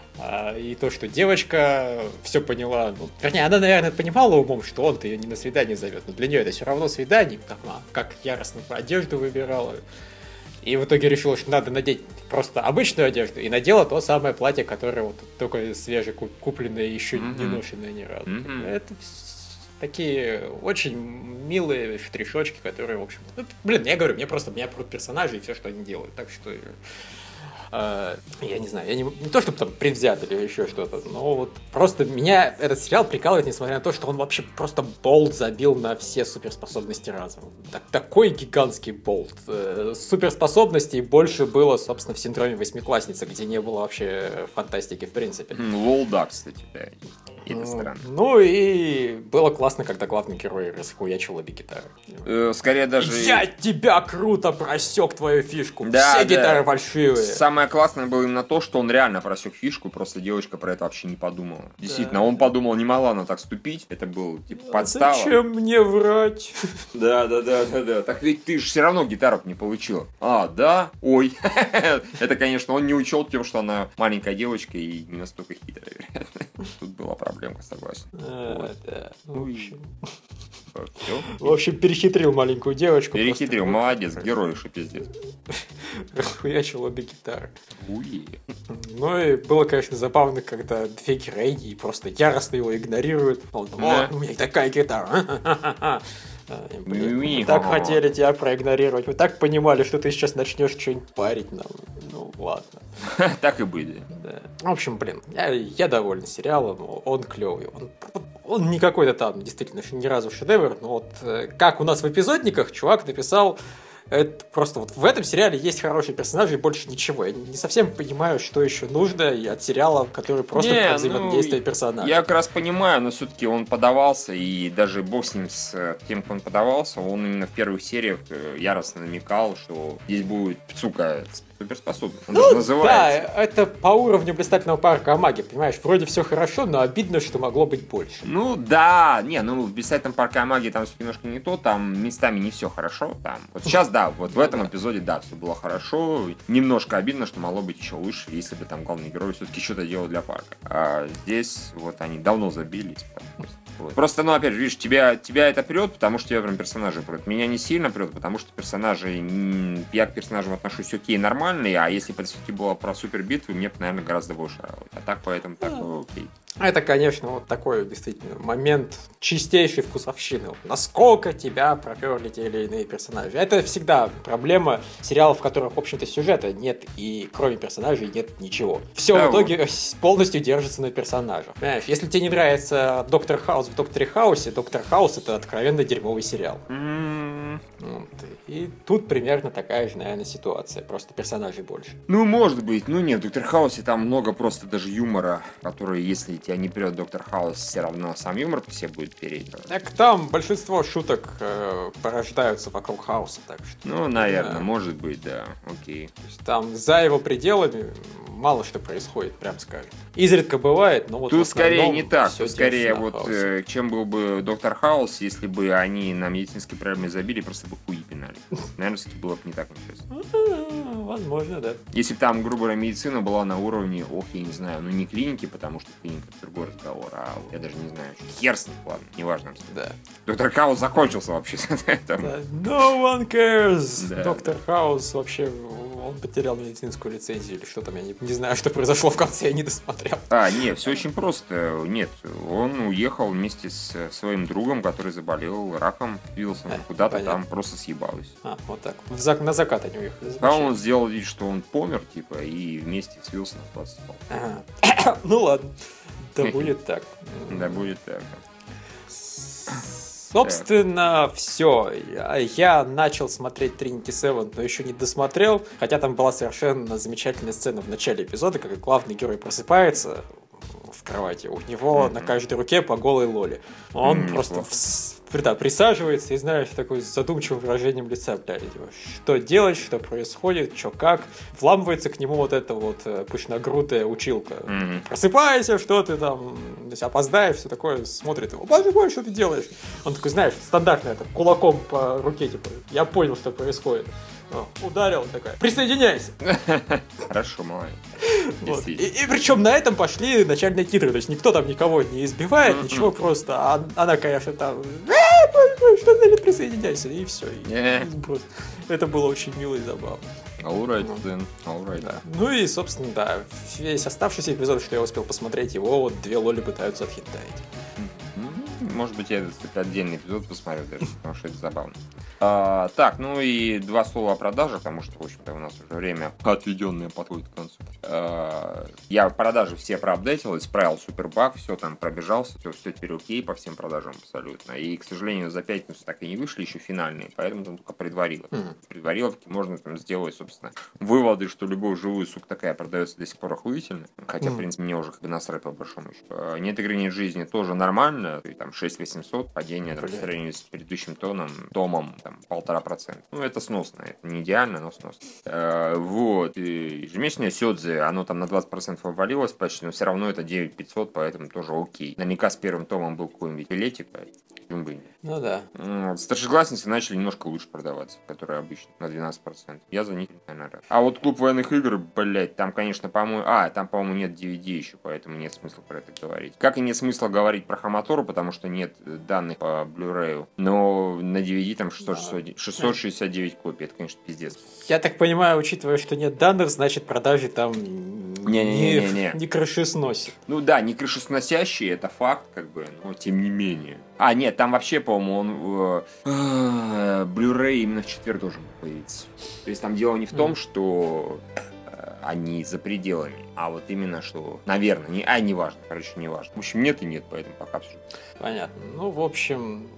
А, и то, что девочка все поняла, ну, вернее, она, наверное, понимала умом, что он-то ее не на свидание зовет, но для нее это все равно свидание, как, как яростно одежду выбирала. И в итоге решила, что надо надеть просто обычную одежду, и надела то самое платье, которое вот только свежекупленное, еще mm-hmm. не ношенное ни разу. Mm-hmm. Это такие очень милые штришочки, которые, в общем... Ну, блин, я говорю, мне просто меня прут персонажи и все, что они делают. Так что... Э, я не знаю, я не, не то, чтобы там предвзят или еще что-то, но вот просто меня этот сериал прикалывает, несмотря на то, что он вообще просто болт забил на все суперспособности разом. Так, такой гигантский болт. Э, суперспособностей больше было, собственно, в синдроме восьмиклассницы, где не было вообще фантастики в принципе. Лол, да, кстати, да. Это странно. Ну и было классно, когда главный герой расхуячил обе гитары. Э, скорее даже... Я тебя круто просек твою фишку. Да, Все да. гитары фальшивые. Самое самое классное было именно то, что он реально просек фишку, просто девочка про это вообще не подумала. Действительно, Да. он подумал, не могла она так ступить, это был типа подстава. Зачем мне врать? Да, да, да, да, да. Так ведь ты же все равно гитару не получила. А, да? Ой. Это, конечно, он не учел тем, что она маленькая девочка и не настолько хитрая, вероятно. Тут была проблемка, согласен. А, да. В общем. Всё. В общем, перехитрил маленькую девочку. Перехитрил, просто- молодец, геройша, пиздец. Хуячил обе гитары. Уи. Ну и было, конечно, забавно, когда две героини просто яростно его игнорируют. Он там, Да. о, у меня такая гитара. А, блин, Ми-ми. мы так хотели тебя проигнорировать. Мы так понимали, что ты сейчас начнешь что-нибудь парить нам. Ну, ладно. Так и были. Да. В общем, блин, я, я доволен сериалом, он клевый. Он, он не какой-то там, действительно, ни разу шедевр, но вот э, как у нас в эпизодниках чувак написал, это просто вот в этом сериале есть хорошие персонажи и больше ничего. Я не совсем понимаю, что еще нужно и от сериала, который просто Не, про ну, взаимодействие персонажей. Я как раз понимаю, но все-таки он подавался, и даже бог с ним, с тем, как он подавался, он именно в первых сериях э, яростно намекал, что здесь будет, сука, суперспособность. Он даже Ну, называется. да, это по уровню блистательного парка Амаги, понимаешь? Вроде все хорошо, но обидно, что могло быть больше. Ну да, не, ну в «Блистательном парке магии» там все немножко не то, там местами не все хорошо. Там. Вот сейчас, да, вот в этом эпизоде, да, все было хорошо. Немножко обидно, что могло быть еще лучше, если бы там главный герой все-таки что-то делал для парка. А здесь вот они давно забились. Вот. Просто, ну, опять же, видишь, тебя, тебя это прет, потому что тебя прям персонажи прет. Меня не сильно прет, потому что персонажи, м, я к персонажам отношусь окей, нормальные, а если бы это все-таки было про супер битвы, мне бы, наверное, гораздо больше нравилось. А так, поэтому, так, ну, окей. Это, конечно, вот такой действительно момент чистейшей вкусовщины. Вот насколько тебя проперли те или иные персонажи. Это всегда проблема сериалов, в которых, в общем-то, сюжета нет, и кроме персонажей нет ничего. Все Да, в итоге полностью держится на персонажах. Понимаешь, если тебе не нравится Доктор Хаус в Докторе Хаусе, Доктор Хаус — это откровенно дерьмовый сериал. М, Вот. И тут примерно такая же, наверное, ситуация. Просто персонажей больше. Ну, может быть, ну нет, в Доктор Хаусе там много просто даже юмора, который, если тебя не прет Доктор Хаус, все равно сам юмор по себе будет переть. Так там большинство шуток э, порождаются вокруг Хауса, так что... Ну, наверное, Да. может быть, да, окей. То есть там за его пределами мало что происходит, прям скажем. Изредка бывает, но вот Тут в скорее основном не так, всё тут скорее держится на вот Хаусе. э, чем был бы Доктор Хаус, если бы они на медицинские проблемы забили, просто бы хуи пинали. Наверное, все-таки было бы не так интересно. А, возможно, да. Если бы там, грубо говоря, медицина была на уровне, ох, я не знаю, ну не клиники, потому что клиника — это другой разговор, а вот я даже не знаю, хер с ним, ладно, неважно. Да. Доктор Хаус закончился вообще с этого. Да. No one cares! Да. Доктор Хаус вообще, он потерял медицинскую лицензию или что там, я не, не знаю, что произошло в конце, я не досмотрел. А, нет, все очень просто. Нет, он уехал вместе с своим другом, который заболел раком, Вилсом, А, куда-то понятно. там просто съебалось. А, вот так. В зак- на закат они уехали. А Зачем? он сделал вид, что он помер, типа, и вместе с Вилсоном куда-то спал. Ага. Ну ладно. Да будет так. Да будет так. Собственно, все. Я начал смотреть Trinity Seven, но еще не досмотрел. Хотя там была совершенно замечательная сцена в начале эпизода, как главный герой просыпается в кровати. У него Мгм. на каждой руке по голой лоле. Он М, просто неплохо. вс- да, присаживается и, знаешь, такой с задумчивым выражением лица, блядь, типа, что делать, что происходит, что как. Вламывается к нему вот эта вот э, пышногрудая училка. Мгм. Просыпайся, что ты там, если опоздаешь, все такое, смотрит его, боже мой, что ты делаешь? Он такой, знаешь, стандартно это, кулаком по руке, типа, я понял, что происходит. О, ударил, такая, присоединяйся. Хорошо, молодец. Вот. И, Действительно. и причем на этом пошли начальные титры, то есть никто там никого не избивает, Мгм. ничего, просто а- она, конечно, там, «А, боже мой, что значит присоединяйся, и все. Э. Это было очень мило и забавно. Alright, then. Alright. Да. Ну и, собственно, да, весь оставшийся эпизод, что я успел посмотреть, его вот две лоли пытаются отхитать. М, Может быть, я этот отдельный эпизод посмотрю даже, потому что это забавно. А, так, ну и два слова о продажах, потому что, в общем-то, у нас уже время отведенное подходит к концу. А, я продажи все проапдейтил, исправил супербаг, все там пробежался, все, все теперь окей по всем продажам абсолютно. И, к сожалению, за пятницу так и не вышли еще финальные, поэтому там только предвариловки. Мгм. Предвариловки можно там сделать, собственно, выводы, что любую живую, сука, такая продается до сих пор охуительно. Хотя, в Мгм. принципе, мне уже как бы насрать по большому счету. А, Нет игры, нет жизни тоже нормально, и там шесть шесть тысяч восемьсот, падение там, по сравнению с предыдущим тоном, томом там, полтора процента. Ну, это сносно, это не идеально, но сносно. Э, вот, и ежемесячное Сёдзе, оно там на двадцать процентов обвалилось почти, но все равно это девять тысяч пятьсот, поэтому тоже окей. Наверняка с первым томом был какой-нибудь билетик, почему бы и нет. Ну да. Вот. Старшеклассницы начали немножко лучше продаваться, которые обычно на двенадцать процентов. Я за них, наверное, рад. А вот клуб военных игр, блять, там, конечно, по-моему... А, там, по-моему, нет ди ви ди еще, поэтому нет смысла про это говорить. Как и нет смысла говорить про Хаматору, потому что нет данных по Blu-ray. Но на ди ви ди там шестьсот шестьдесят девять копий. Это, конечно, пиздец. Я так понимаю, учитывая, что нет данных, значит, продажи там не, не, не, не. не крышесносят. Ну да, не крышесносящие, это факт, как бы, но тем не менее. А, нет, там вообще, по-моему, он э, Blu-ray именно в четверг должен появиться. То есть там дело не в том, mm. что э, они за пределами, а вот именно что, наверное, не, а, не важно, короче, не важно. В общем, нет и нет, поэтому пока все. Понятно. Ну, в общем,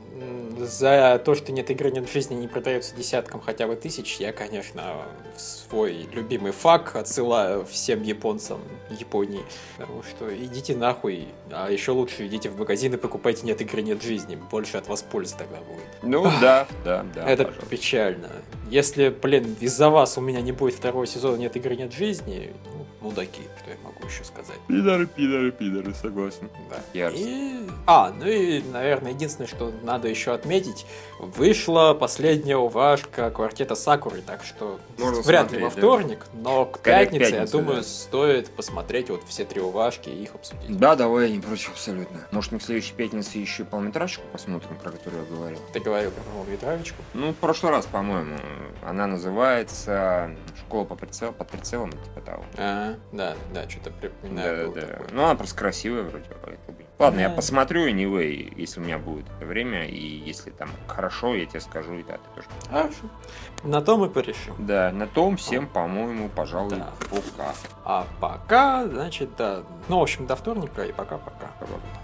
за то, что нет игры, нет жизни, не продается десяткам хотя бы тысяч, я, конечно, в свой любимый фак отсылаю всем японцам Японии. Потому что идите нахуй, а еще лучше идите в магазин и покупайте нет игры, нет жизни. Больше от вас пользы тогда будет. Ну, Ах, да, да, да. Это пожалуйста. Печально. Если, блин, из-за вас у меня не будет второго сезона нет игры, нет жизни, ну, мудаки, что я могу еще сказать. Пидоры, пидоры, пидоры, согласен. Да. И... А, ну и, наверное, единственное, что надо еще отметить, вышла последняя увашка квартета Сакуры, так что можно вряд смотреть, ли во вторник, да. Но к пятнице, пятница, я думаю, да. стоит посмотреть вот все три увашки и их обсудить. Да, давай, я не против абсолютно. Может, мы к следующей пятнице еще полнометражку посмотрим, про которую я говорил? Ты говорил про полнометражечку? Ну, в прошлый раз, по-моему. Она называется «Школа по прицел, под прицелом», типа того. А, да, да, что-то припоминаю. Да, да, да. Ну, она просто красивая вроде. Ладно, я посмотрю, anyway, если у меня будет это время, и если там хорошо, я тебе скажу, и да, ты тоже. Хорошо. На том мы порешим. Да, на том всем, по-моему, пожалуй, да. Пока. А пока, значит, да. Ну, в общем, до вторника и пока-пока. Пока.